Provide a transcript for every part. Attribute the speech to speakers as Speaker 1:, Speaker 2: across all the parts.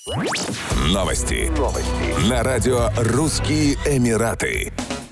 Speaker 1: Новости. На радио «Русские Эмираты».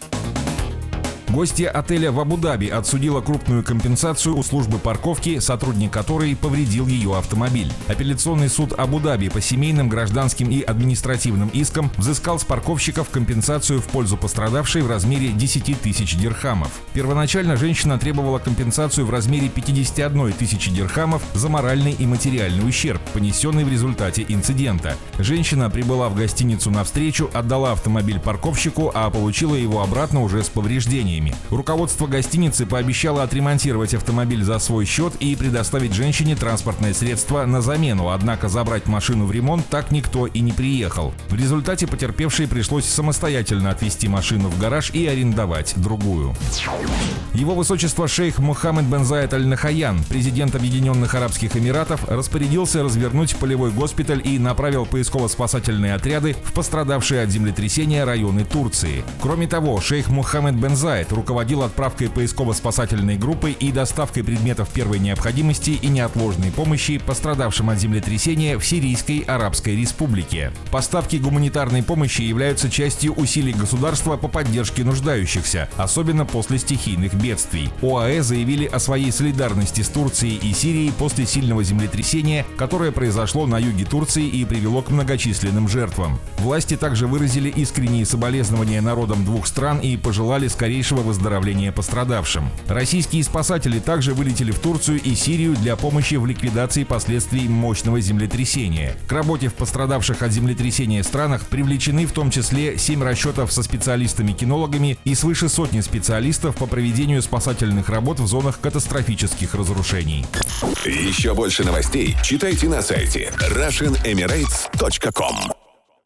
Speaker 2: Гостья отеля в Абу-Даби отсудила крупную компенсацию у службы парковки, сотрудник которой повредил ее автомобиль. Апелляционный суд Абу-Даби по семейным, гражданским и административным искам взыскал с парковщиков компенсацию в пользу пострадавшей в размере 10 тысяч дирхамов. Первоначально женщина требовала компенсацию в размере 51 тысячи дирхамов за моральный и материальный ущерб, понесенный в результате инцидента. Женщина прибыла в гостиницу навстречу, отдала автомобиль парковщику, а получила его обратно уже с повреждениями. Руководство гостиницы пообещало отремонтировать автомобиль за свой счет и предоставить женщине транспортное средство на замену, однако забрать машину в ремонт так никто и не приехал. В результате потерпевшей пришлось самостоятельно отвезти машину в гараж и арендовать другую. Его высочество шейх Мухаммед бен Заид Аль Нахаян, президент Объединенных Арабских Эмиратов, распорядился развернуть полевой госпиталь и направил поисково-спасательные отряды в пострадавшие от землетрясения районы Турции. Кроме того, шейх Мухаммед бен Заид руководил отправкой поисково-спасательной группы и доставкой предметов первой необходимости и неотложной помощи пострадавшим от землетрясения в Сирийской Арабской Республике. Поставки гуманитарной помощи являются частью усилий государства по поддержке нуждающихся, особенно после стихийных бедствий. ОАЭ заявили о своей солидарности с Турцией и Сирией после сильного землетрясения, которое произошло на юге Турции и привело к многочисленным жертвам. Власти также выразили искренние соболезнования народам двух стран и пожелали скорейшего выздоровления пострадавшим. Российские спасатели также вылетели в Турцию и Сирию для помощи в ликвидации последствий мощного землетрясения. К работе в пострадавших от землетрясения странах привлечены в том числе 7 расчетов со специалистами-кинологами и свыше сотни специалистов по проведению спасательных работ в зонах катастрофических разрушений.
Speaker 1: Еще больше новостей читайте на сайте RussianEmirates.com.